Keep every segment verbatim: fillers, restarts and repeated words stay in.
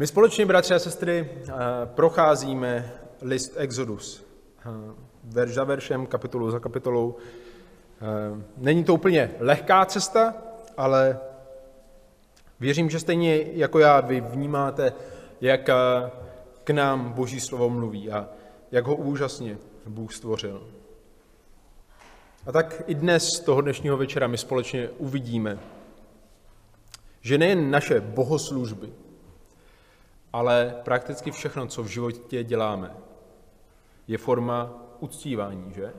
My společně, bratři a sestry, procházíme list Exodus. Verš za veršem, kapitolu za kapitolou. Není to úplně lehká cesta, ale věřím, že stejně jako já vy vnímáte, jak k nám Boží slovo mluví a jak ho úžasně Bůh stvořil. A tak i dnes, toho dnešního večera, my společně uvidíme, že nejen naše bohoslužby, ale prakticky všechno, co v životě děláme, je forma uctívání, že?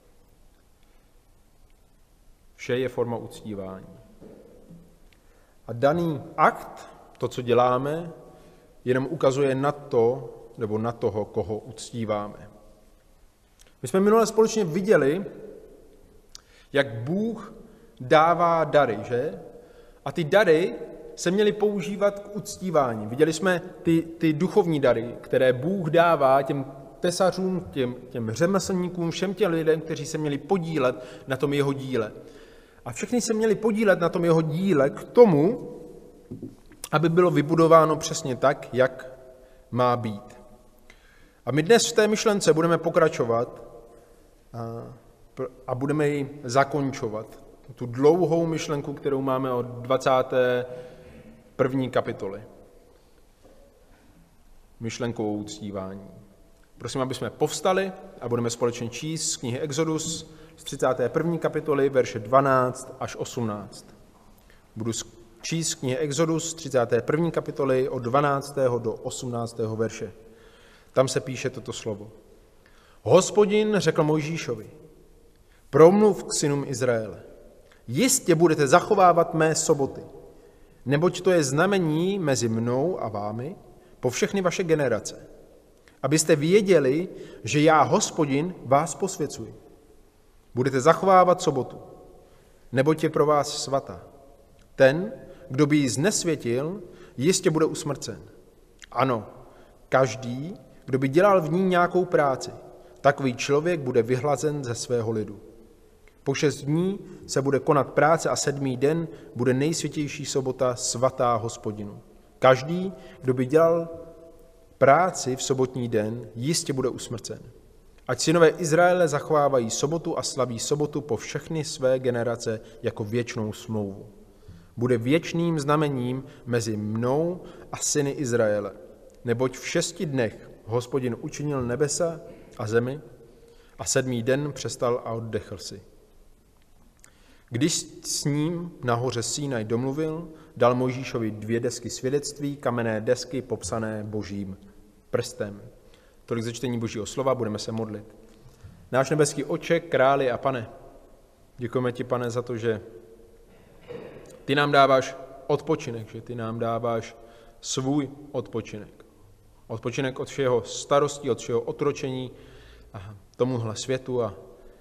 Vše je forma uctívání. A daný akt, to, co děláme, jenom ukazuje na to, nebo na toho, koho uctíváme. My jsme minule společně viděli, jak Bůh dává dary, že? A ty dary se měly používat k uctívání. Viděli jsme ty, ty duchovní dary, které Bůh dává těm tesařům, těm, těm řemeslníkům, všem těm lidem, kteří se měli podílet na tom jeho díle. A všichni se měli podílet na tom jeho díle k tomu, aby bylo vybudováno přesně tak, jak má být. A my dnes v té myšlence budeme pokračovat a, a budeme ji zakončovat. Tu dlouhou myšlenku, kterou máme od dvacáté první kapitoly. Myšlenkou o uctívání. Prosím, aby jsme povstali a budeme společně číst z knihy Exodus z třicáté první kapitoly, verše dvanáct až osmnáct. Budu číst z knihy Exodus z třicáté první kapitoly od dvanáctého do osmnáctého verše. Tam se píše toto slovo. Hospodin řekl Mojžíšovi, promluv k synům Izraele. Jistě budete zachovávat mé soboty, neboť to je znamení mezi mnou a vámi po všechny vaše generace, abyste věděli, že já, Hospodin, vás posvěcuji. Budete zachovávat sobotu, neboť je pro vás svatá. Ten, kdo by ji znesvětil, jistě bude usmrcen. Ano, každý, kdo by dělal v ní nějakou práci, takový člověk bude vyhlazen ze svého lidu. Po šest dní se bude konat práce a sedmý den bude nejsvětější sobota svatá Hospodinu. Každý, kdo by dělal práci v sobotní den, jistě bude usmrcen. Ať synové Izraele zachovávají sobotu a slaví sobotu po všechny své generace jako věčnou smlouvu. Bude věčným znamením mezi mnou a syny Izraele, neboť v šesti dnech Hospodin učinil nebesa a zemi a sedmý den přestal a oddechl si. Když s ním nahoře Sínaj domluvil, dal Mojžíšovi dvě desky svědectví, kamenné desky popsané Božím prstem. Tolik ze čtení Božího slova, budeme se modlit. Náš nebeský Otče, králi a Pane, děkujeme ti, Pane, za to, že ty nám dáváš odpočinek, že ty nám dáváš svůj odpočinek. Odpočinek od všeho starostí, od všeho otročení a tomuhle světu a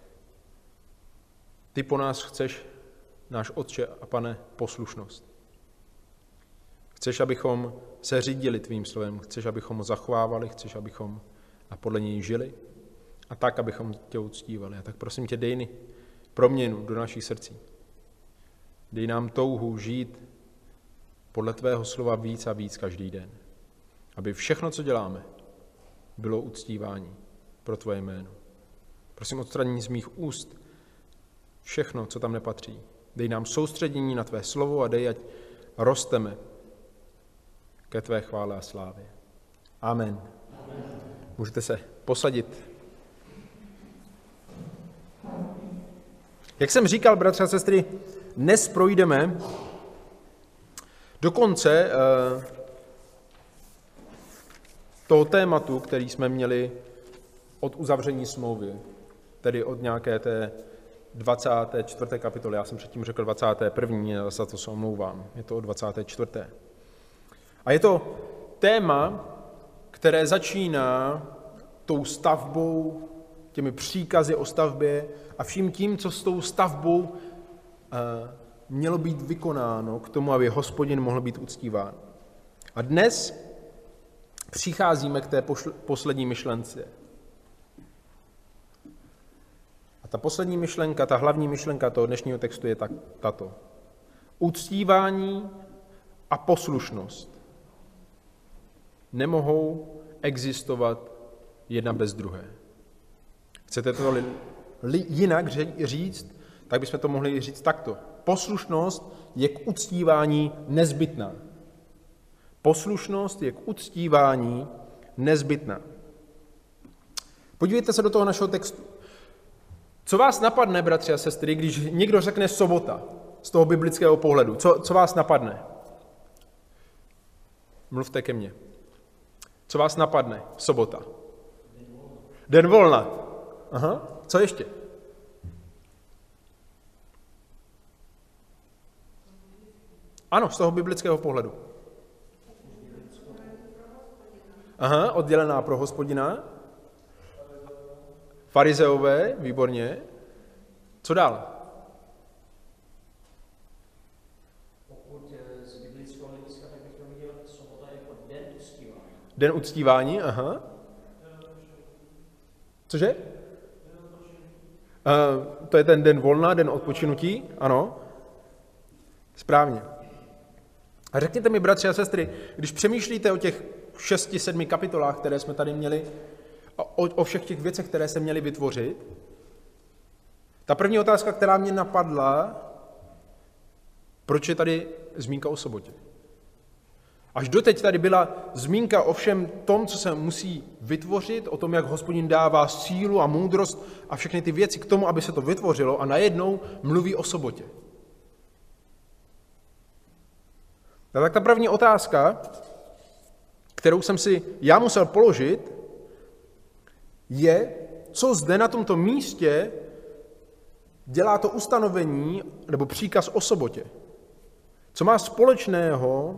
ty po nás chceš, náš Otče a Pane, poslušnost. Chceš, abychom se řídili tvým slovem, chceš, abychom ho zachovávali, chceš, abychom a podle něj žili a tak, abychom tě uctívali. A tak prosím tě, dej proměnu do našich srdcí. Dej nám touhu žít podle tvého slova víc a víc každý den. Aby všechno, co děláme, bylo uctívání pro tvoje jméno. Prosím, odstranění z mých úst všechno, co tam nepatří. Dej nám soustředění na tvé slovo a dej, ať rosteme ke tvé chvále a slávě. Amen. Amen. Můžete se posadit. Jak jsem říkal, bratři a sestry, dnes projdeme do konce uh, toho tématu, který jsme měli od uzavření smlouvy, tedy od nějaké té dvacáté čtvrté kapitoly. Já jsem předtím řekl dvacáté první, za to se omlouvám. Je to o dvacáté čtvrté A je to téma, které začíná tou stavbou, těmi příkazy o stavbě a vším tím, co s tou stavbou uh, mělo být vykonáno k tomu, aby Hospodin mohl být uctíván. A dnes přicházíme k té pošl- poslední myšlence. A ta poslední myšlenka, ta hlavní myšlenka toho dnešního textu je tak, tato. Uctívání a poslušnost. nemohou existovat jedna bez druhé. Chcete to li, li, jinak říct, tak bychom to mohli říct takto. Poslušnost je k uctívání nezbytná. Poslušnost je k uctívání nezbytná. Podívejte se do toho našeho textu. Co vás napadne, bratři a sestry, když někdo řekne sobota z toho biblického pohledu? Co, co vás napadne? Mluvte ke mně. Co vás napadne? Sobota. Den volna. Aha. Co ještě? Ano, z toho biblického pohledu. Aha, oddělená pro Hospodina. Farizeové, výborně. Co dál? Pokud z biblického hlediska, tak bychom viděli sobota jako den uctívání. Den uctívání, aha. Cože? Uh, to je ten den volna, den odpočinutí, ano. Správně. A řekněte mi, bratři a sestry, když přemýšlíte o těch šesti, sedmi kapitolách, které jsme tady měli, o, o všech těch věcech, které se měly vytvořit, ta první otázka, která mě napadla, proč je tady zmínka o sobotě? Až doteď tady byla zmínka o všem tom, co se musí vytvořit, o tom, jak Hospodin dává sílu a moudrost a všechny ty věci k tomu, aby se to vytvořilo, a najednou mluví o sobotě. A tak ta první otázka, kterou jsem si já musel položit, je, co zde na tomto místě dělá to ustanovení nebo příkaz o sobotě. Co má společného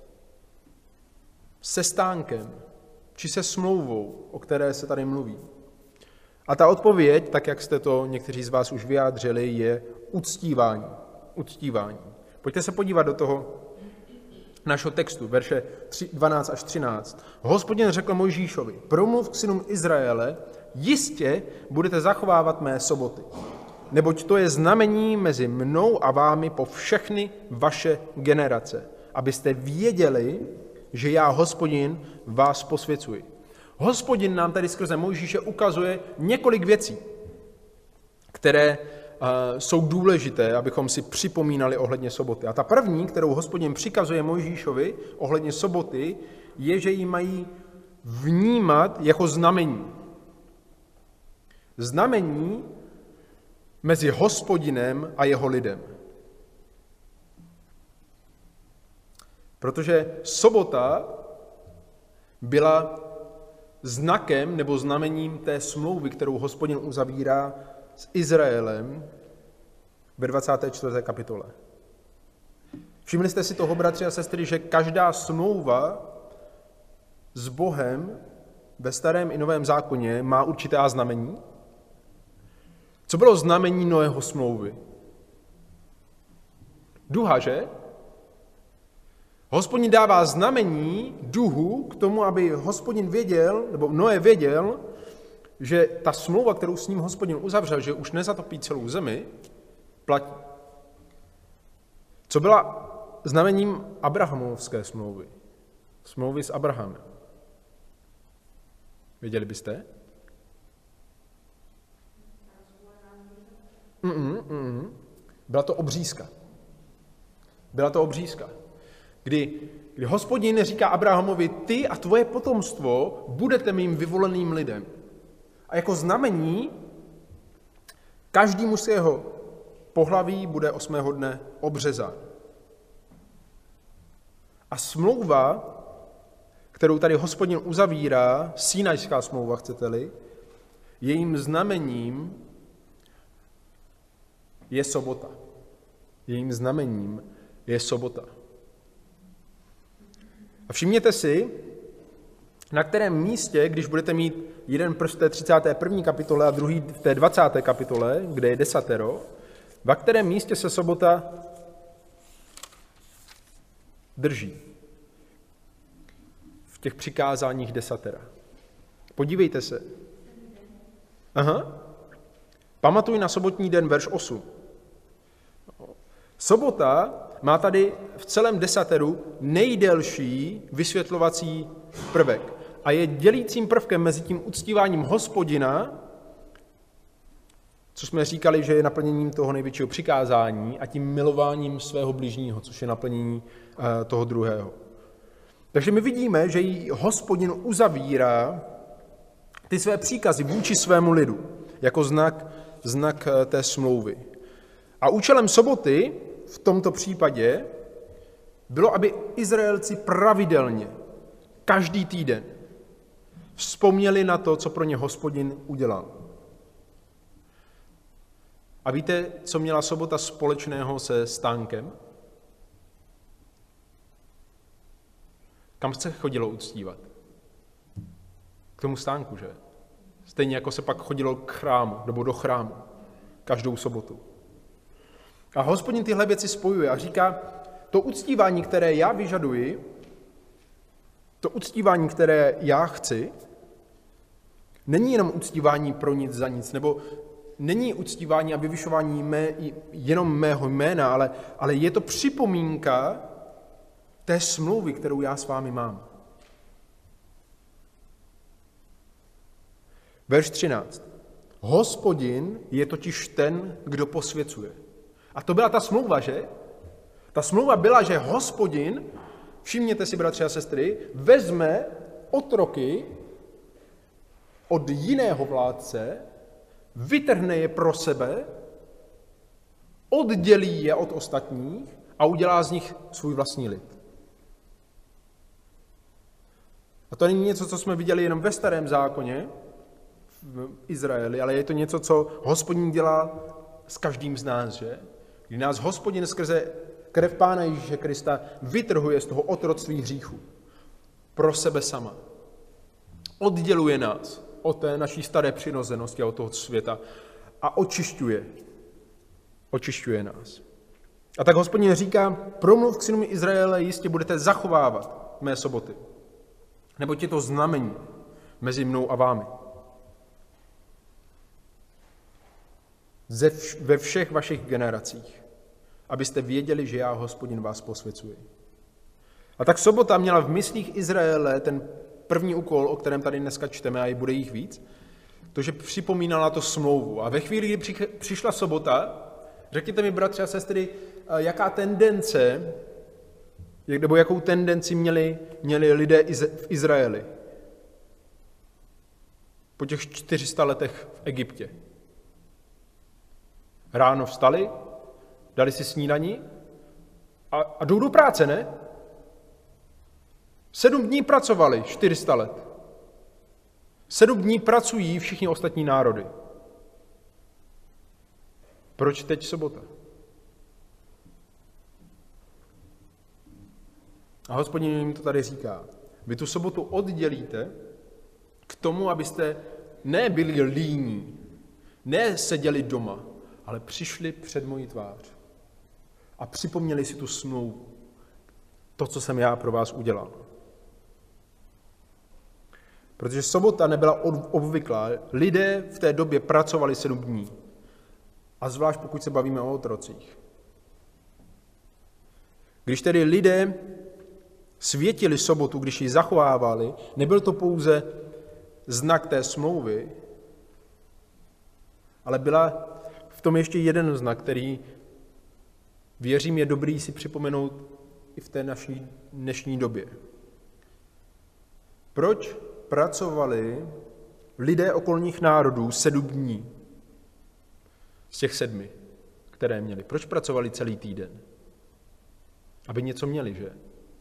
se stánkem, či se smlouvou, o které se tady mluví. A ta odpověď, tak jak jste to někteří z vás už vyjádřili, je uctívání. Uctívání. Pojďte se podívat do toho našeho textu, verše dvanáct až třináct. Hospodin řekl Mojžíšovi, promluv k synům Izraele, jistě budete zachovávat mé soboty, neboť to je znamení mezi mnou a vámi po všechny vaše generace, abyste věděli, že já, Hospodin, vás posvěcuji. Hospodin nám tady skrze Mojžíše ukazuje několik věcí, které uh, jsou důležité, abychom si připomínali ohledně soboty. A ta první, kterou Hospodin přikazuje Mojžíšovi ohledně soboty, je, že ji mají vnímat jako znamení. Znamení mezi Hospodinem a jeho lidem. Protože sobota byla znakem nebo znamením té smlouvy, kterou Hospodin uzavírá s Izraelem ve dvacáté čtvrté kapitole. Všimli jste si toho, bratři a sestry, že každá smlouva s Bohem ve starém i novém zákoně má určitá znamení? Co bylo znamení Noého smlouvy? Duha, že? Hospodin dává znamení duhu k tomu, aby Hospodin věděl, nebo Noé věděl, že ta smlouva, kterou s ním Hospodin uzavřel, že už nezatopí celou zemi, platí. Co byla znamením Abrahamovské smlouvy? Smlouvy s Abrahamem. Věděli byste? Mm-mm, mm-mm. Byla to obřízka. Byla to obřízka. Kdy, kdy Hospodin říká Abrahamovi, ty a tvoje potomstvo budete mým vyvoleným lidem. A jako znamení každý mužského pohlaví bude osmého dne obřezán. A smlouva, kterou tady Hospodin uzavírá, Sinajská smlouva, chcete-li, jejím znamením je sobota. Jejím znamením je sobota. A všimněte si, na kterém místě, když budete mít jeden prst v té třicáté první kapitole a druhý v té dvacáté kapitole, kde je desatero, na kterém místě se sobota drží. V těch přikázáních desatera. Podívejte se. Aha. Pamatuj na sobotní den, verš osm. Sobota má tady v celém desateru nejdelší vysvětlovací prvek a je dělícím prvkem mezi tím uctíváním Hospodina, co jsme říkali, že je naplněním toho největšího přikázání, a tím milováním svého bližního, což je naplnění toho druhého. Takže my vidíme, že jí Hospodin uzavírá ty své příkazy vůči svému lidu, jako znak, znak té smlouvy. A účelem soboty v tomto případě bylo, aby Izraelci pravidelně, každý týden, vzpomněli na to, co pro ně Hospodin udělal. A víte, co měla sobota společného se stánkem? Kam se chodilo uctívat? K tomu stánku, že? Stejně jako se pak chodilo k chrámu, nebo do chrámu, každou sobotu. A Hospodin tyhle věci spojuje a říká, to uctívání, které já vyžaduji, to uctívání, které já chci, není jenom uctívání pro nic za nic, nebo není uctívání a vyvyšování mé, jenom mého jména, ale, ale je to připomínka té smlouvy, kterou já s vámi mám. Verš třináct. Hospodin je totiž ten, kdo posvěcuje. A to byla ta smlouva, že? Ta smlouva byla, že Hospodin, všimněte si, bratři a sestry, vezme otroky od jiného vládce, vytrhne je pro sebe, oddělí je od ostatních a udělá z nich svůj vlastní lid. A to není něco, co jsme viděli jenom ve Starém zákoně v Izraeli, ale je to něco, co Hospodin dělá s každým z nás, že? Kdy nás Hospodin skrze krev Pána Ježíše Krista vytrhuje z toho otroctví hříchu pro sebe sama. Odděluje nás od té naší staré přirozenosti a od toho světa a očišťuje. Očišťuje nás. A tak Hospodin říká, promluv k synům Izraele, jistě budete zachovávat mé soboty. Neboť je to znamení mezi mnou a vámi. Ze vš- ve všech vašich generacích, abyste věděli, že já, Hospodin, vás posvěcuji. A tak sobota měla v myslích Izraele ten první úkol, o kterém tady dneska čteme, a i bude jich víc, to, že připomínala to smlouvu. A ve chvíli, kdy přišla sobota, řekněte mi, bratři a sestry, jaká tendence, nebo jakou tendenci měli, měli lidé v Izraeli po těch čtyři sta letech v Egyptě. Ráno vstali, dali si snídani a, a jdou do práce, ne? Sedm dní pracovali, čtyři sta let. Sedm dní pracují všichni ostatní národy. Proč teď sobota? A Hospodin jim to tady říká. Vy tu sobotu oddělíte k tomu, abyste nebyli líní, ne seděli doma, ale přišli před moji tvář a připomněli si tu smlouvu, to, co jsem já pro vás udělal. Protože sobota nebyla obvyklá. Lidé v té době pracovali sedm dní. A zvlášť pokud se bavíme o otrocích. Když tedy lidé světili sobotu, když ji zachovávali, nebyl to pouze znak té smlouvy, ale byla v tom ještě jeden znak, který, věřím, je dobrý si připomenout i v té naší dnešní době. Proč pracovali lidé okolních národů sedm dní z těch sedmi, které měli? Proč pracovali celý týden? Aby něco měli, že?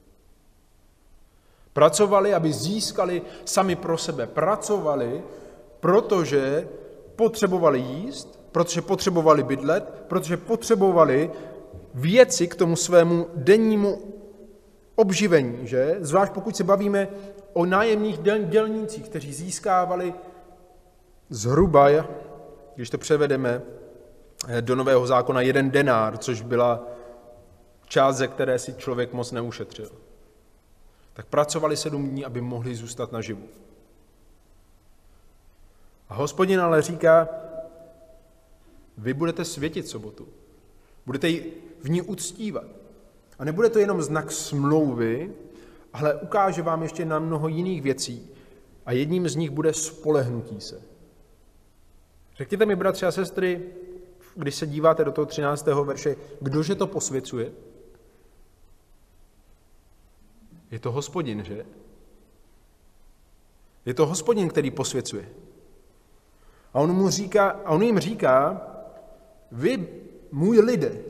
Pracovali, aby získali sami pro sebe. Pracovali, protože potřebovali jíst, protože potřebovali bydlet, protože potřebovali věci k tomu svému dennímu obživení, že? Zvlášť pokud se bavíme o nájemních dělnících, kteří získávali zhruba, když to převedeme do Nového zákona, jeden denár, což byla část, ze které si člověk moc neušetřil. Tak pracovali sedm dní, aby mohli zůstat naživu. A Hospodin ale říká, vy budete světit sobotu. Budete ji v ní uctívat. A nebude to jenom znak smlouvy, ale ukáže vám ještě na mnoho jiných věcí. A jedním z nich bude spolehnutí se. Řekněte mi, bratři a sestry, když se díváte do toho třináctého verše, kdože to posvěcuje? Je to Hospodin, že? Je to Hospodin, který posvěcuje. A on, mu říká, a on jim říká, vy, můj lidé,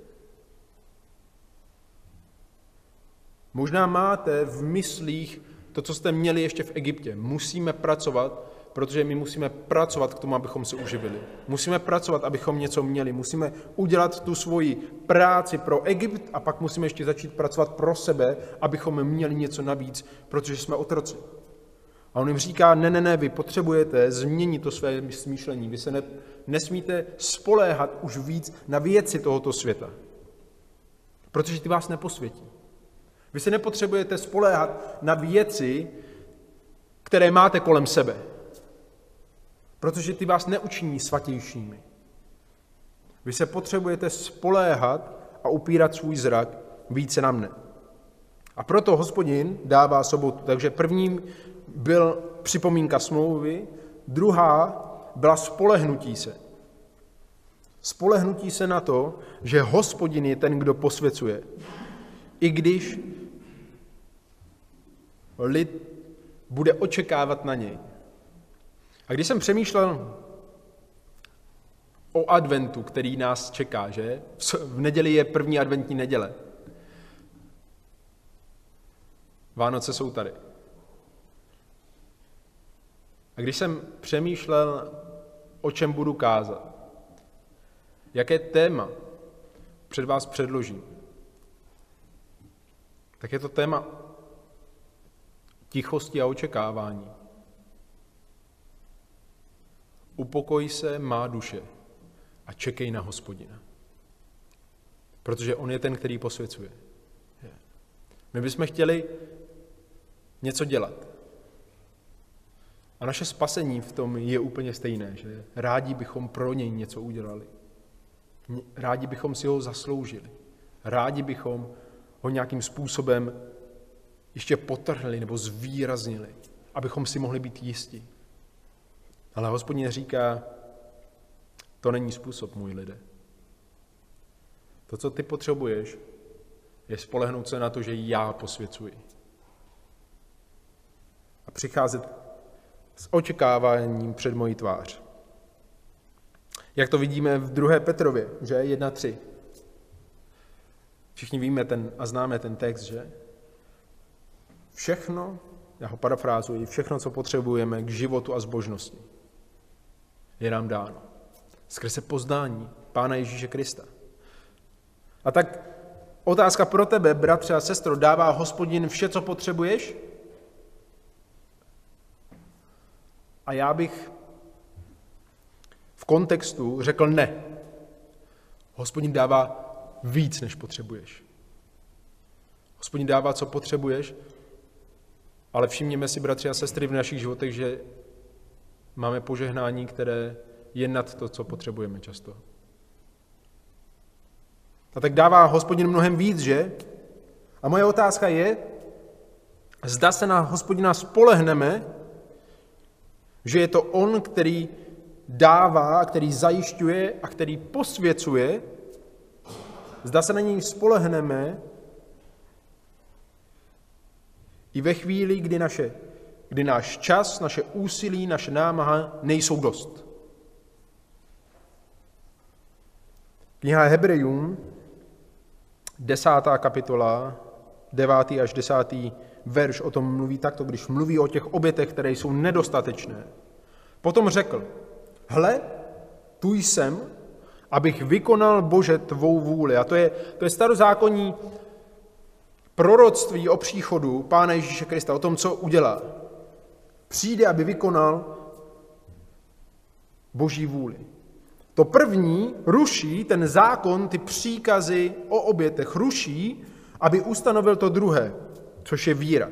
možná máte v myslích to, co jste měli ještě v Egyptě. Musíme pracovat, protože my musíme pracovat k tomu, abychom se uživili. Musíme pracovat, abychom něco měli. Musíme udělat tu svoji práci pro Egypt a pak musíme ještě začít pracovat pro sebe, abychom měli něco navíc, protože jsme otroci. A on jim říká, ne, ne, ne, vy potřebujete změnit to své smýšlení. Vy se ne, nesmíte spoléhat už víc na věci tohoto světa, protože ty vás neposvětí. Vy se nepotřebujete spoléhat na věci, které máte kolem sebe, protože ty vás neučiní svatějšími. Vy se potřebujete spoléhat a upírat svůj zrak více na mne. A proto Hospodin dává sobotu. Takže první byl připomínka smlouvy, druhá byla spolehnutí se. Spolehnutí se na to, že Hospodin je ten, kdo posvěcuje. I když lid bude očekávat na něj. A když jsem přemýšlel o adventu, který nás čeká, že? V neděli je první adventní neděle. Vánoce jsou tady. A když jsem přemýšlel, o čem budu kázat, jaké téma před vás předložím, tak je to téma tichosti a očekávání. Upokoj se, má duše, a čekej na Hospodina. Protože on je ten, který posvěcuje. My bychom chtěli něco dělat. A naše spasení v tom je úplně stejné, že rádi bychom pro něj něco udělali. Rádi bychom si ho zasloužili. Rádi bychom ho nějakým způsobem ještě potrhli nebo zvýraznili, abychom si mohli být jistí. Ale Hospodin říká, to není způsob, můj lidé. To, co ty potřebuješ, je spolehnout se na to, že já posvěcuji. A přicházet s očekáváním před mojí tvář. Jak to vidíme v druhé Petrově, že jedna tři. Všichni víme ten a známe ten text, že? Všechno, já ho parafrázuji, všechno, co potřebujeme k životu a zbožnosti, je nám dáno. Skrze poznání Pána Ježíše Krista. A tak otázka pro tebe, bratře a sestro, dává Hospodin vše, co potřebuješ? A já bych v kontextu řekl ne. Hospodin dává víc, než potřebuješ. Hospodin dává, co potřebuješ, ale všimněme si, bratři a sestry, v našich životech, že máme požehnání, které je nad to, co potřebujeme často. A tak dává Hospodin mnohem víc, že? A moje otázka je, zda se na Hospodina spolehneme, že je to on, který dává, který zajišťuje a který posvěcuje, zda se na něj spolehneme i ve chvíli, kdy, naše, kdy náš čas, naše úsilí, naše námaha nejsou dost. Kniha Hebrejům, desátá kapitola, devátý až desátý verš o tom mluví takto, když mluví o těch obětech, které jsou nedostatečné. Potom řekl, hle, tu jsem, abych vykonal, Bože, tvou vůli. A to je, to je starozákonní proroctví o příchodu Pána Ježíše Krista, o tom, co udělá. Přijde, aby vykonal Boží vůli. To první ruší ten zákon, ty příkazy o obětech ruší, aby ustanovil to druhé, což je víra.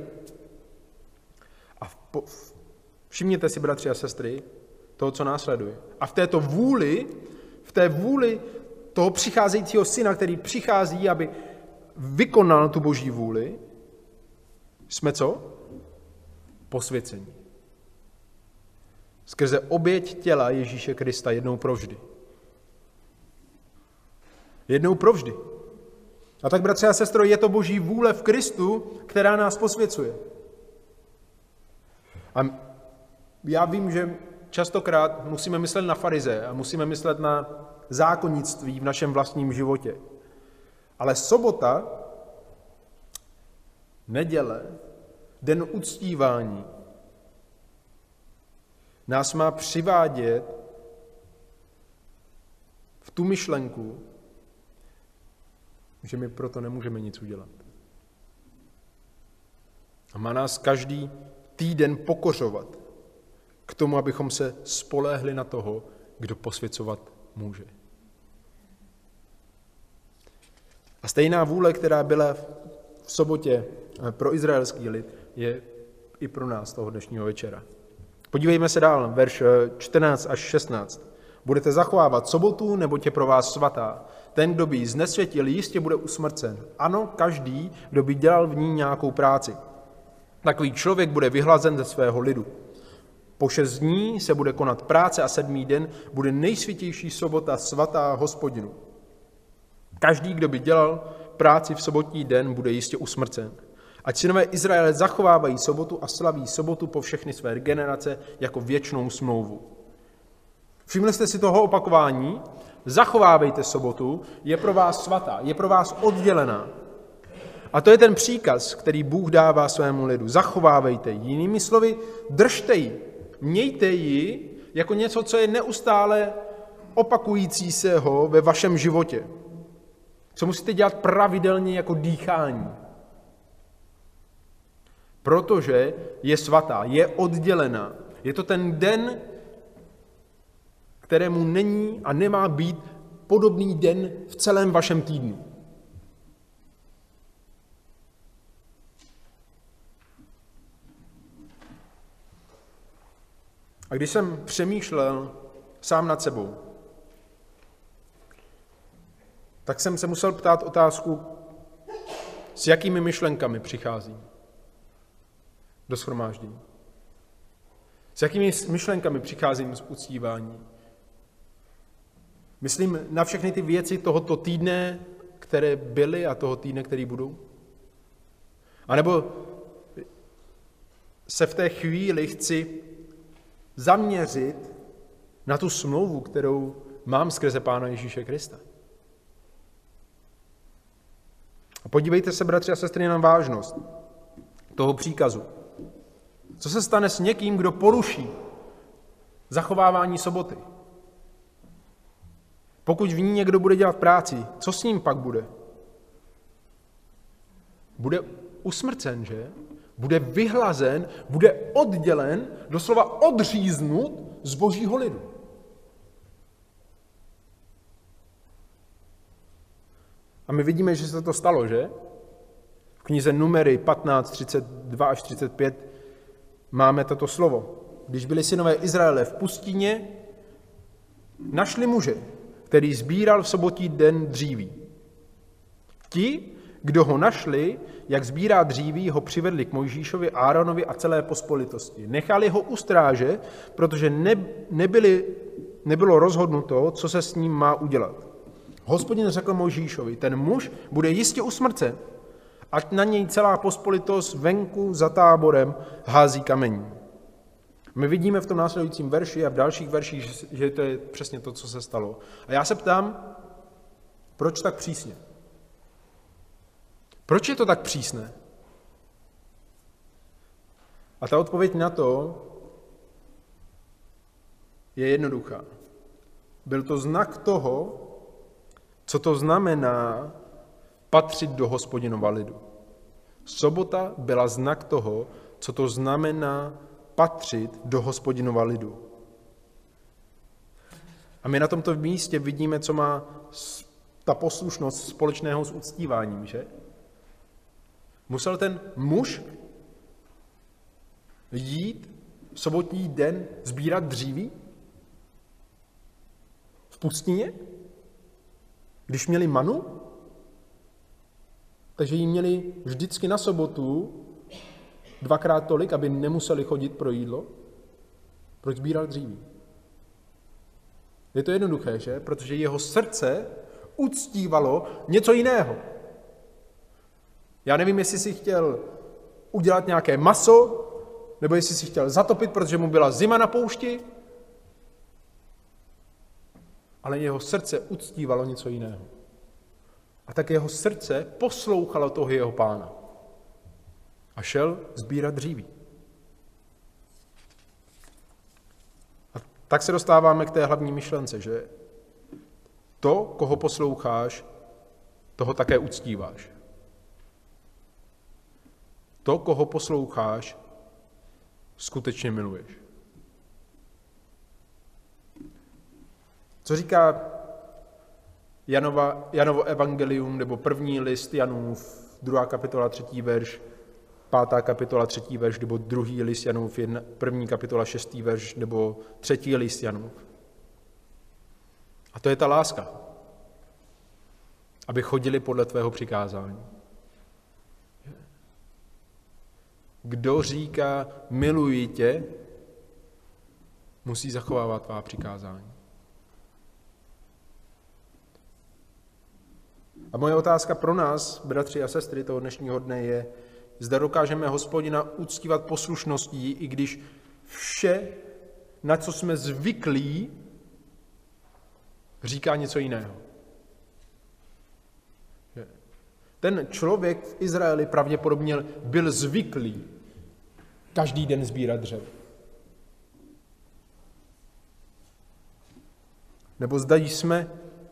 A v, po, všimněte si, bratři a sestry, toho, co následuje. A v této vůli, v té vůli toho přicházejícího syna, který přichází, aby, vykonal tu boží vůli, jsme co? Posvěcení. Skrze oběť těla Ježíše Krista jednou provždy. Jednou provždy. A tak, bratři a sestro, je to boží vůle v Kristu, která nás posvěcuje. A já vím, že častokrát musíme myslet na farize a musíme myslet na zákonnictví v našem vlastním životě. Ale sobota, neděle, den uctívání nás má přivádět v tu myšlenku, že my proto nemůžeme nic udělat. A má nás každý týden pokořovat k tomu, abychom se spoléhli na toho, kdo posvěcovat může. A stejná vůle, která byla v sobotě pro izraelský lid, je i pro nás toho dnešního večera. Podívejme se dál, verš čtrnáct až šestnáct. Budete zachovávat sobotu, neboť je pro vás svatá. Ten, kdo by ji znesvětil, jistě bude usmrcen. Ano, každý, kdo by dělal v ní nějakou práci. Takový člověk bude vyhlazen ze svého lidu. Po šest dní se bude konat práce a sedmý den bude nejsvětější sobota svatá Hospodinu. Každý, kdo by dělal práci v sobotní den, bude jistě usmrcen. Ať synové Izraele zachovávají sobotu a slaví sobotu po všechny své generace jako věčnou smlouvu. Všimli jste si toho opakování? Zachovávejte sobotu, je pro vás svatá, je pro vás oddělená. A to je ten příkaz, který Bůh dává svému lidu. Zachovávejte ji. Jinými slovy, držte ji. Mějte ji jako něco, co je neustále opakující se ho ve vašem životě. Co musíte dělat pravidelně jako dýchání. Protože je svatá, je oddělená. Je to ten den, kterému není a nemá být podobný den v celém vašem týdnu. A když jsem přemýšlel sám nad sebou, tak jsem se musel ptát otázku, s jakými myšlenkami přicházím do shromáždění. S jakými myšlenkami přicházím z uctívání. Myslím na všechny ty věci tohoto týdne, které byly a toho týdne, který budou. A nebo se v té chvíli chci zaměřit na tu smlouvu, kterou mám skrze Pána Ježíše Krista. A podívejte se, bratři a sestry, na vážnost toho příkazu. Co se stane s někým, kdo poruší zachovávání soboty? Pokud v ní někdo bude dělat práci, co s ním pak bude? Bude usmrcen, že? Bude vyhlazen, bude oddělen, doslova odříznut z božího lidu. A my vidíme, že se to stalo, že? V knize Numery patnáct, třicet dva až třicet pět máme toto slovo. Když byli synové Izraele v pustině, našli muže, který sbíral v sobotní den dříví. Ti, kdo ho našli, jak sbírá dříví, ho přivedli k Mojžíšovi, Áronovi a celé pospolitosti. Nechali ho u stráže, protože ne, nebyli, nebylo rozhodnuto, co se s ním má udělat. Hospodin řekl Mojžíšovi, ten muž bude jistě usmrcen, ať na něj celá pospolitost venku za táborem hází kamení. My vidíme v tom následujícím verši a v dalších verších, že to je přesně to, co se stalo. A já se ptám, proč tak přísně? Proč je to tak přísné? A ta odpověď na to je jednoduchá. Byl to znak toho, co to znamená patřit do Hospodinova lidu. Sobota byla znak toho, co to znamená patřit do Hospodinova lidu. A my na tomto místě vidíme, co má ta poslušnost společného s uctíváním, že? Musel ten muž jít v sobotní den sbírat dříví? V pustině? Když měli manu? Takže jí měli vždycky na sobotu dvakrát tolik, aby nemuseli chodit pro jídlo. Proč sbíral dříví? Je to jednoduché, že? Protože jeho srdce uctívalo něco jiného. Já nevím, jestli si chtěl udělat nějaké maso, nebo jestli si chtěl zatopit, protože mu byla zima na poušti, ale jeho srdce uctívalo něco jiného. A tak jeho srdce poslouchalo toho jeho pána a šel sbírat dříví. A tak se dostáváme k té hlavní myšlence, že to, koho posloucháš, toho také uctíváš. To, koho posloucháš, skutečně miluješ. Co říká Janova, Janovo evangelium, nebo první list Janův, druhá kapitola, třetí verš, pátá kapitola, třetí verš, nebo druhý list Janův, jedna, první kapitola, šestý verš, nebo třetí list Janův. A to je ta láska. Aby chodili podle tvého přikázání. Kdo říká, miluji tě, musí zachovávat tvá přikázání. A moje otázka pro nás, bratři a sestry toho dnešního dne, je, zda dokážeme Hospodina uctívat poslušností, i když vše, na co jsme zvyklí, říká něco jiného. Ten člověk v Izraeli pravděpodobně byl zvyklý každý den sbírat dřevo. Nebo zda jsme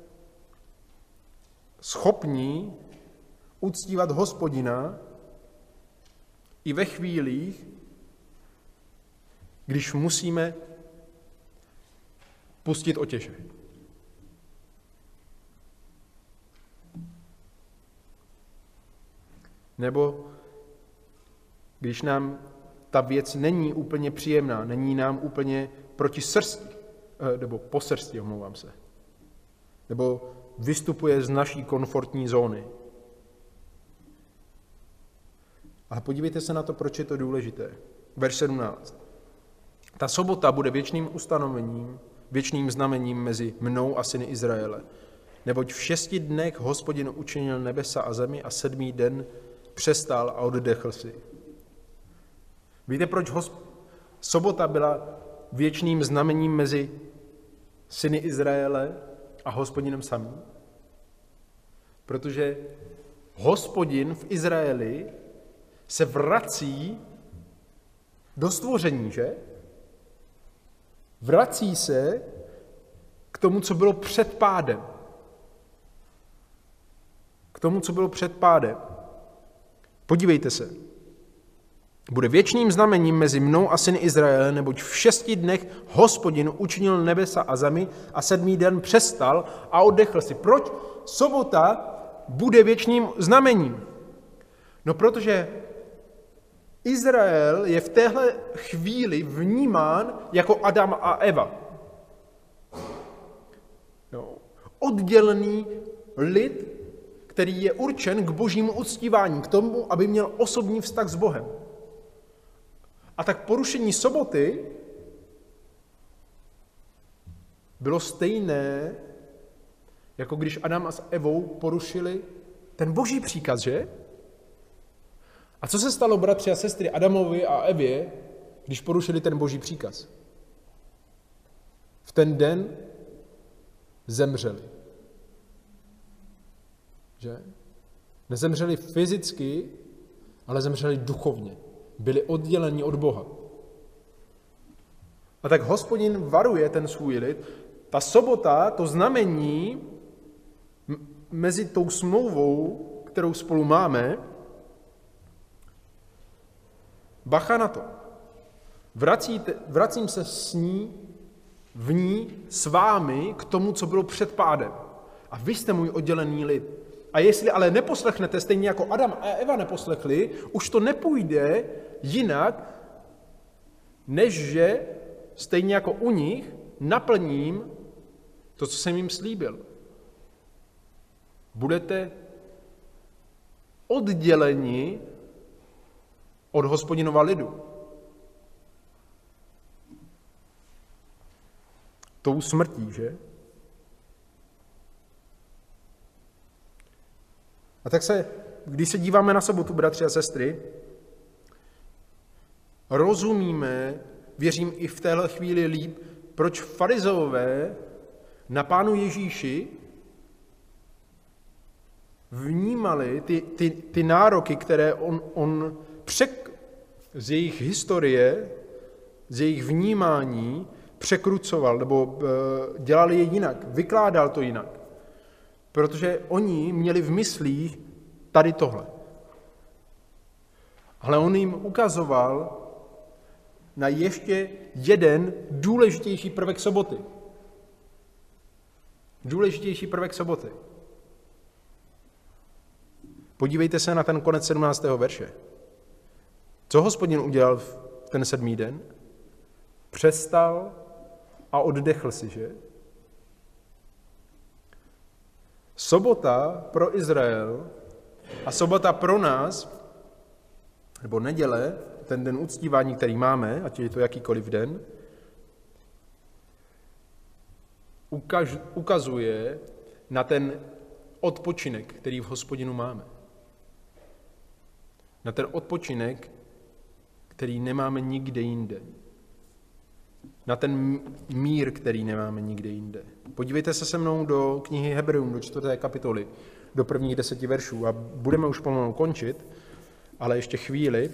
schopní uctívat Hospodina i ve chvílích, když musíme pustit otěže. Nebo když nám ta věc není úplně příjemná, není nám úplně proti srsti, nebo po srsti, omlouvám se. Nebo vystupuje z naší komfortní zóny. Ale podívejte se na to, proč je to důležité. Verš sedmnáct. Ta sobota bude věčným ustanovením, věčným znamením mezi mnou a syny Izraele. Neboť v šesti dnech Hospodin učinil nebesa a zemi a sedmý den přestal a oddechl si. Víte, proč hosp- sobota byla věčným znamením mezi syny Izraele a Hospodinem samým? Protože Hospodin v Izraeli se vrací do stvoření, že? Vrací se k tomu, co bylo před pádem. K tomu, co bylo před pádem. Podívejte se. Bude věčným znamením mezi mnou a syny Izraele, neboť v šesti dnech Hospodin učinil nebesa a zemi a sedmý den přestal a oddechl si. Proč sobota bude věčným znamením? No protože Izrael je v téhle chvíli vnímán jako Adam a Eva. No. Oddělený lid, který je určen k božímu uctívání, k tomu, aby měl osobní vztah s Bohem. A tak porušení soboty bylo stejné, jako když Adam a s Evou porušili ten boží příkaz, že? A co se stalo, bratři a sestry, Adamovi a Evě, když porušili ten boží příkaz? V ten den zemřeli. Že? Nezemřeli fyzicky, ale zemřeli duchovně. Byli odděleni od Boha. A tak Hospodin varuje ten svůj lid. Ta sobota, to znamení mezi tou smlouvou, kterou spolu máme, bacha na to. Vracíte, vracím se s ní, v ní, s vámi k tomu, co bylo před pádem. A vy jste můj oddělený lid. A jestli ale neposlechnete, stejně jako Adam a Eva neposlechli, už to nepůjde jinak, než že stejně jako u nich naplním to, co jsem jim slíbil. Budete odděleni od Hospodinova lidu. Tou smrtí, že? A tak se, když se díváme na sobotu, bratři a sestry, rozumíme, věřím i v téhle chvíli líp, proč farizeové na Pánu Ježíši vnímali ty, ty, ty nároky, které on, on přek, z jejich historie, z jejich vnímání překrucoval, nebo e, dělali je jinak, vykládal to jinak. Protože oni měli v myslích tady tohle. Ale on jim ukazoval na ještě jeden důležitější prvek soboty. Důležitější prvek soboty. Podívejte se na ten konec sedmnáctého verše. Co Hospodin udělal v ten sedmý den? Přestal a oddechl si, že? Sobota pro Izrael a sobota pro nás, nebo neděle, ten den uctívání, který máme, ať je to jakýkoliv den, ukaž, ukazuje na ten odpočinek, který v Hospodinu máme. Na ten odpočinek, který nemáme nikde jinde. Na ten mír, který nemáme nikde jinde. Podívejte se se mnou do knihy Hebrejům, do čtvrté kapitoly, do prvních deseti veršů a budeme už pomalu končit, ale ještě chvíli.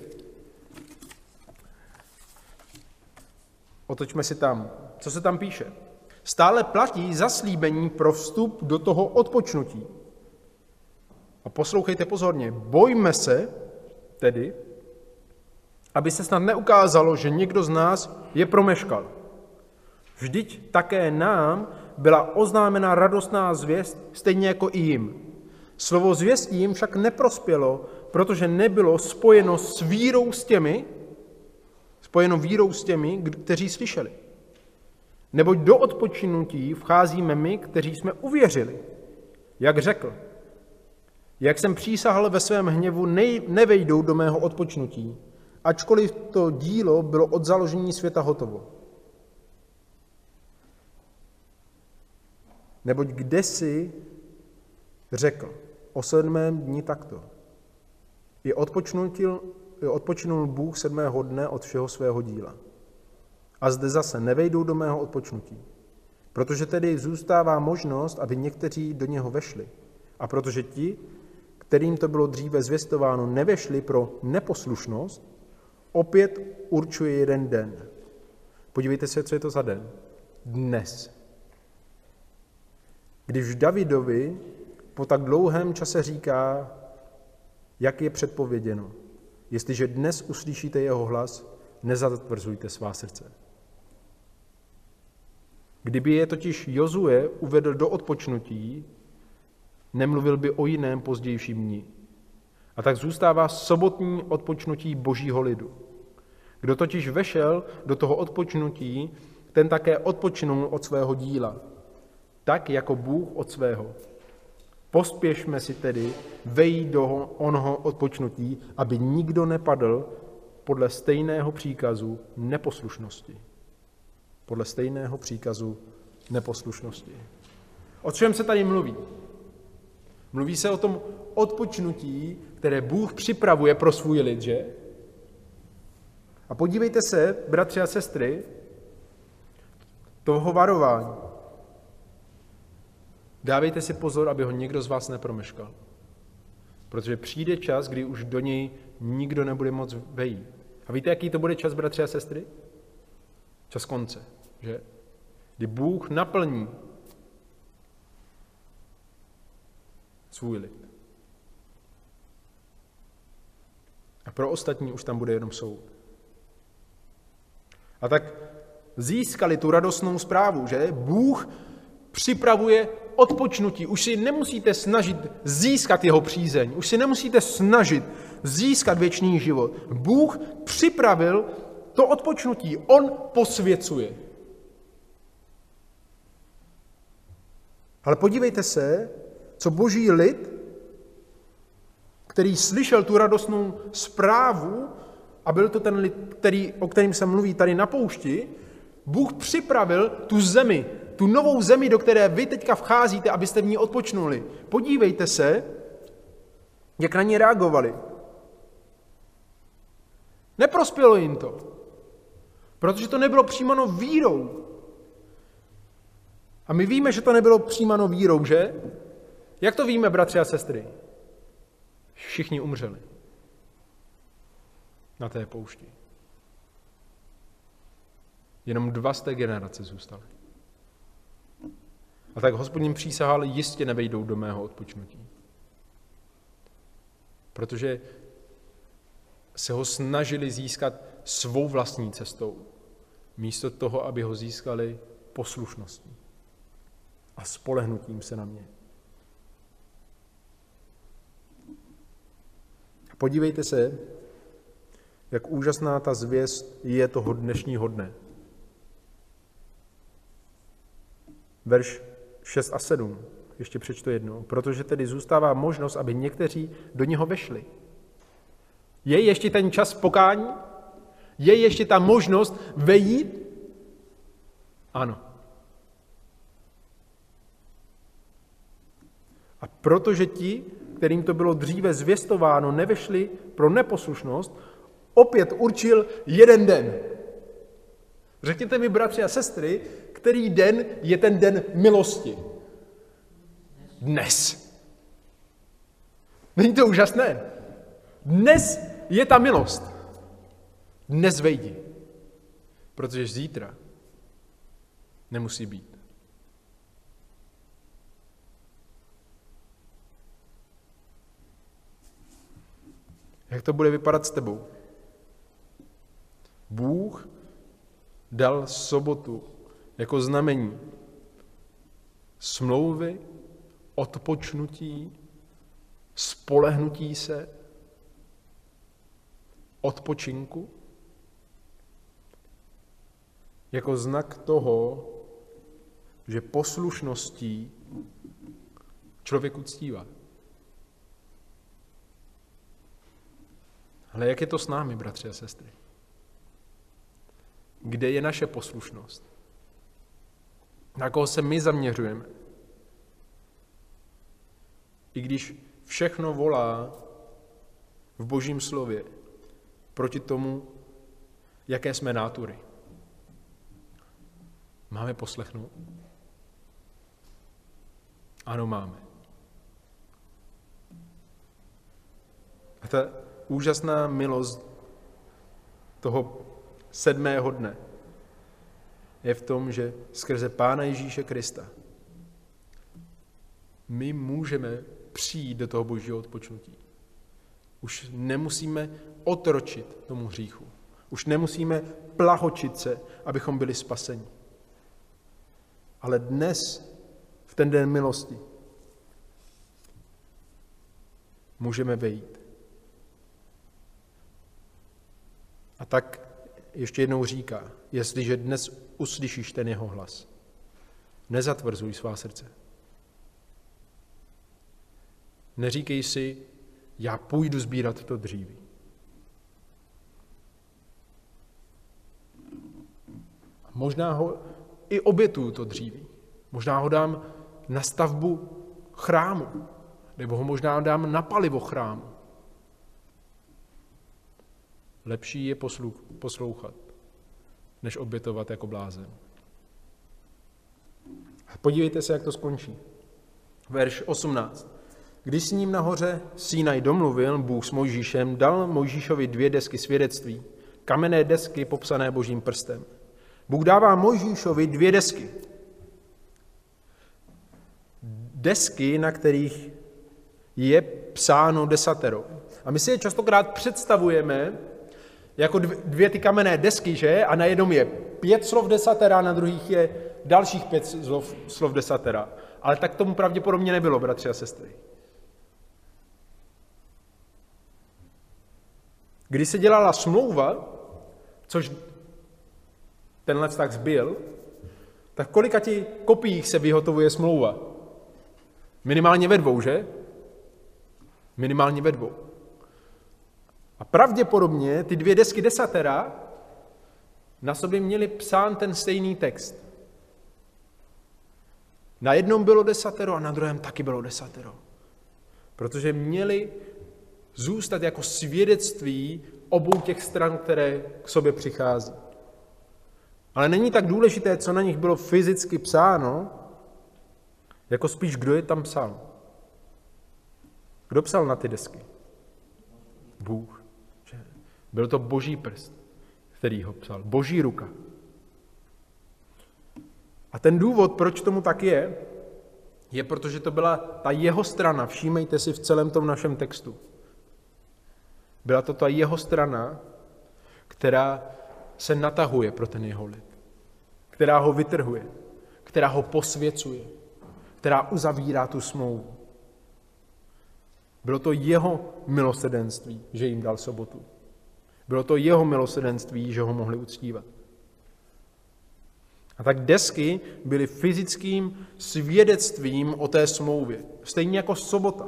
Otočme si tam. Co se tam píše? Stále platí zaslíbení pro vstup do toho odpočnutí. A poslouchejte pozorně. Bojme se tedy, aby se snad neukázalo, že někdo z nás je promeškal. Vždyť také nám byla oznámena radostná zvěst, stejně jako i jim. Slovo zvěstí jim však neprospělo, protože nebylo spojeno s vírou s těmi, spojeno vírou s těmi, kteří slyšeli. Neboť do odpočinutí vcházíme my, kteří jsme uvěřili. Jak řekl, jak jsem přísahal ve svém hněvu, nej, nevejdou do mého odpočnutí, ačkoliv to dílo bylo od založení světa hotovo. Neboť kdesi řekl o sedmém dni takto. I odpočnul, i odpočinul Bůh sedmého dne od všeho svého díla. A zde zase nevejdou do mého odpočnutí. Protože tedy zůstává možnost, aby někteří do něho vešli. A protože ti, kterým to bylo dříve zvěstováno, nevešli pro neposlušnost, opět určuje jeden den. Podívejte se, co je to za den. Dnes. Když Davidovi po tak dlouhém čase říká, jak je předpověděno. Jestliže dnes uslyšíte jeho hlas, nezatvrzujte svá srdce. Kdyby je totiž Jozue uvedl do odpočnutí, nemluvil by o jiném pozdějším dni. A tak zůstává sobotní odpočnutí božího lidu. Kdo totiž vešel do toho odpočnutí, ten také odpočinul od svého díla, tak jako Bůh od svého. Pospěšme si tedy vejít do onoho odpočnutí, aby nikdo nepadl podle stejného příkazu neposlušnosti. Podle stejného příkazu neposlušnosti. O čem se tady mluví? Mluví se o tom odpočnutí, které Bůh připravuje pro svůj lid, že? A podívejte se, bratři a sestry, toho varování. Dávejte si pozor, aby ho někdo z vás nepromeškal. Protože přijde čas, kdy už do něj nikdo nebude moc vejít. A víte, jaký to bude čas, bratři a sestry? Čas konce, že? Kdy Bůh naplní svůj lid. A pro ostatní už tam bude jenom soud. A tak získali tu radostnou zprávu, že Bůh připravuje odpočnutí. Už si nemusíte snažit získat jeho přízeň. Už si nemusíte snažit získat věčný život. Bůh připravil to odpočnutí. On posvěcuje. Ale podívejte se, co boží lid který slyšel tu radostnou zprávu, a byl to ten lid, který, o kterým se mluví tady na poušti, Bůh připravil tu zemi, tu novou zemi, do které vy teďka vcházíte, abyste v ní odpočnuli. Podívejte se, jak na ní reagovali. Neprospělo jim to, protože to nebylo přijímáno vírou. A my víme, že to nebylo přijímáno vírou, že? Jak to víme, bratři a sestry? Všichni umřeli na té poušti. Jenom dva z té generace zůstaly. A tak Hospodin přísahal, jistě nevejdou do mého odpočnutí. Protože se ho snažili získat svou vlastní cestou, místo toho, aby ho získali poslušností a spolehnutím se na mě. A podívejte se, jak úžasná ta zvěst je toho dnešního dne. Verš šest a sedm, ještě přečtu jednou. Protože tedy zůstává možnost, aby někteří do něho vešli. Je ještě ten čas pokání? Je ještě ta možnost vejít? Ano. A protože ti, kterým to bylo dříve zvěstováno, nevešli pro neposlušnost, opět určil jeden den. Řekněte mi, bratři a sestry, který den je ten den milosti? Dnes. Není to úžasné? Dnes je ta milost. Dnes vejdi. Protože zítra nemusí být. Jak to bude vypadat s tebou? Bůh dal sobotu jako znamení smlouvy, odpočnutí, spolehnutí se, odpočinku, jako znak toho, že poslušností člověk uctívá. Ale jak je to s námi, bratři a sestry? Kde je naše poslušnost? Na koho se my zaměřujeme? I když všechno volá v Božím slově proti tomu, jaké jsme nátury. Máme poslechnout? Ano, máme. A ta úžasná milost toho sedmého dne je v tom, že skrze Pána Ježíše Krista my můžeme přijít do toho božího odpočnutí. Už nemusíme otročit tomu hříchu. Už nemusíme plahočit se, abychom byli spaseni. Ale dnes, v ten den milosti, můžeme vejít. A tak ještě jednou říká, jestliže dnes uslyšíš ten jeho hlas, nezatvrzuj svá srdce. Neříkej si, já půjdu sbírat to dříví. Možná ho i obětuju to dříví. Možná ho dám na stavbu chrámu, nebo ho možná dám na palivo chrámu. Lepší je poslouchat, než obětovat jako blázen. Podívejte se, jak to skončí. Verš osmnáct. Když s ním nahoře Sinaj domluvil, Bůh s Mojžíšem dal Mojžíšovi dvě desky svědectví, kamenné desky popsané božím prstem. Bůh dává Mojžíšovi dvě desky. Desky, na kterých je psáno desatero. A my si je častokrát představujeme jako dvě ty kamenné desky, že? A na jednom je pět slov desatera, na druhých je dalších pět slov, slov desatera. Ale tak tomu pravděpodobně nebylo, bratři a sestry. Když se dělala smlouva, což tenhle vztah byl, tak kolika ti kopiích se vyhotovuje smlouva? Minimálně ve dvou, že? Minimálně ve dvou. A pravděpodobně ty dvě desky desatera na sobě měly psán ten stejný text. Na jednom bylo desatero a na druhém taky bylo desatero. Protože měli zůstat jako svědectví obou těch stran, které k sobě přichází. Ale není tak důležité, co na nich bylo fyzicky psáno, jako spíš, kdo je tam psal. Kdo psal na ty desky? Bůh. Byl to Boží prst, který ho psal. Boží ruka. A ten důvod, proč tomu tak je, je, protože to byla ta jeho strana. Všímejte si v celém tom našem textu. Byla to ta jeho strana, která se natahuje pro ten jeho lid. Která ho vytrhuje. Která ho posvěcuje. Která uzavírá tu smlouvu. Bylo to jeho milosrdenství, že jim dal sobotu. Bylo to jeho milosrdenství, že ho mohli uctívat. A tak desky byly fyzickým svědectvím o té smlouvě. Stejně jako sobota.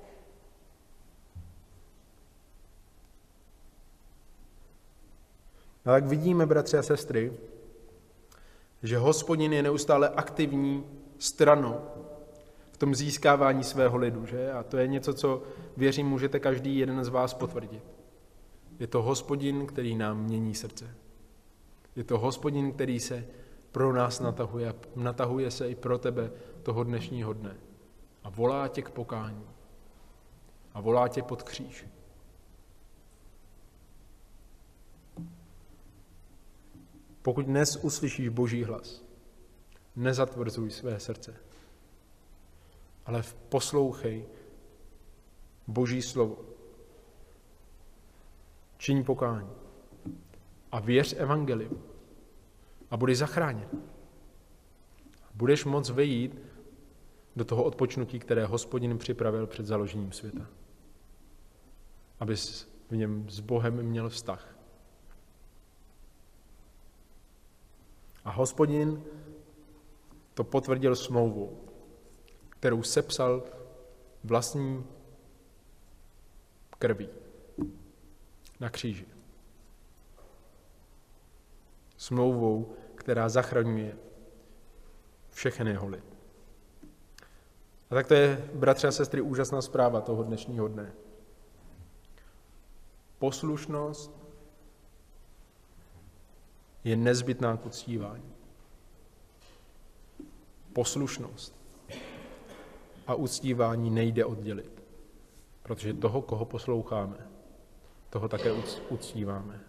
A tak vidíme, bratři a sestry, že Hospodin je neustále aktivní stranou v tom získávání svého lidu. Že? A to je něco, co věřím, můžete každý jeden z vás potvrdit. Je to Hospodin, který nám mění srdce. Je to Hospodin, který se pro nás natahuje a natahuje se i pro tebe toho dnešního dne. A volá tě k pokání. A volá tě pod kříž. Pokud dnes uslyšíš Boží hlas, nezatvrzuj své srdce, ale poslouchej Boží slovo. Čiň pokání a věř evangeliu a budeš zachráněn. Budeš moct vejít do toho odpočnutí, které Hospodin připravil před založením světa. Abys v něm s Bohem měl vztah. A Hospodin to potvrdil smlouvou, kterou sepsal vlastní krví na kříži. Smlouvou, která zachraňuje všechny jeho lid. A tak to je, bratři a sestry, úžasná zpráva toho dnešního dne. Poslušnost je nezbytná k uctívání. Poslušnost a uctívání nejde oddělit, protože toho, koho posloucháme, toho také uctíváme.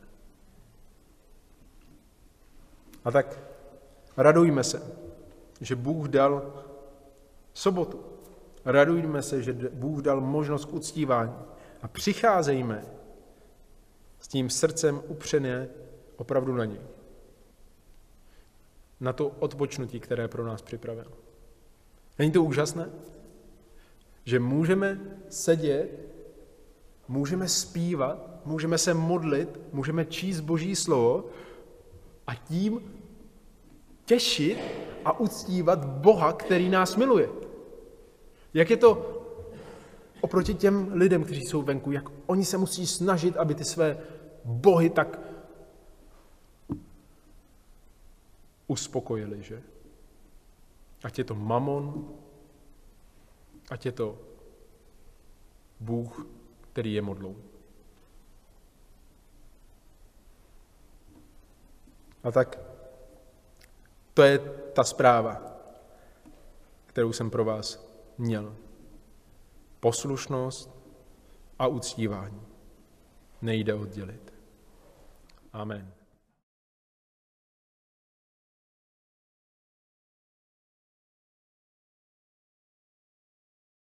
A tak radujme se, že Bůh dal sobotu. Radujme se, že Bůh dal možnost k uctívání. A přicházejme s tím srdcem upřené opravdu na něj. Na to odpočnutí, které pro nás připravil. Není to úžasné? Že můžeme sedět, můžeme zpívat, můžeme se modlit, můžeme číst Boží slovo a tím těšit a uctívat Boha, který nás miluje. Jak je to oproti těm lidem, kteří jsou venku, jak oni se musí snažit, aby ty své bohy tak uspokojili, že? Ať je to mamon, ať je to Bůh, který je modlou. A tak to je ta zpráva, kterou jsem pro vás měl. Poslušnost a uctívání nejde oddělit. Amen.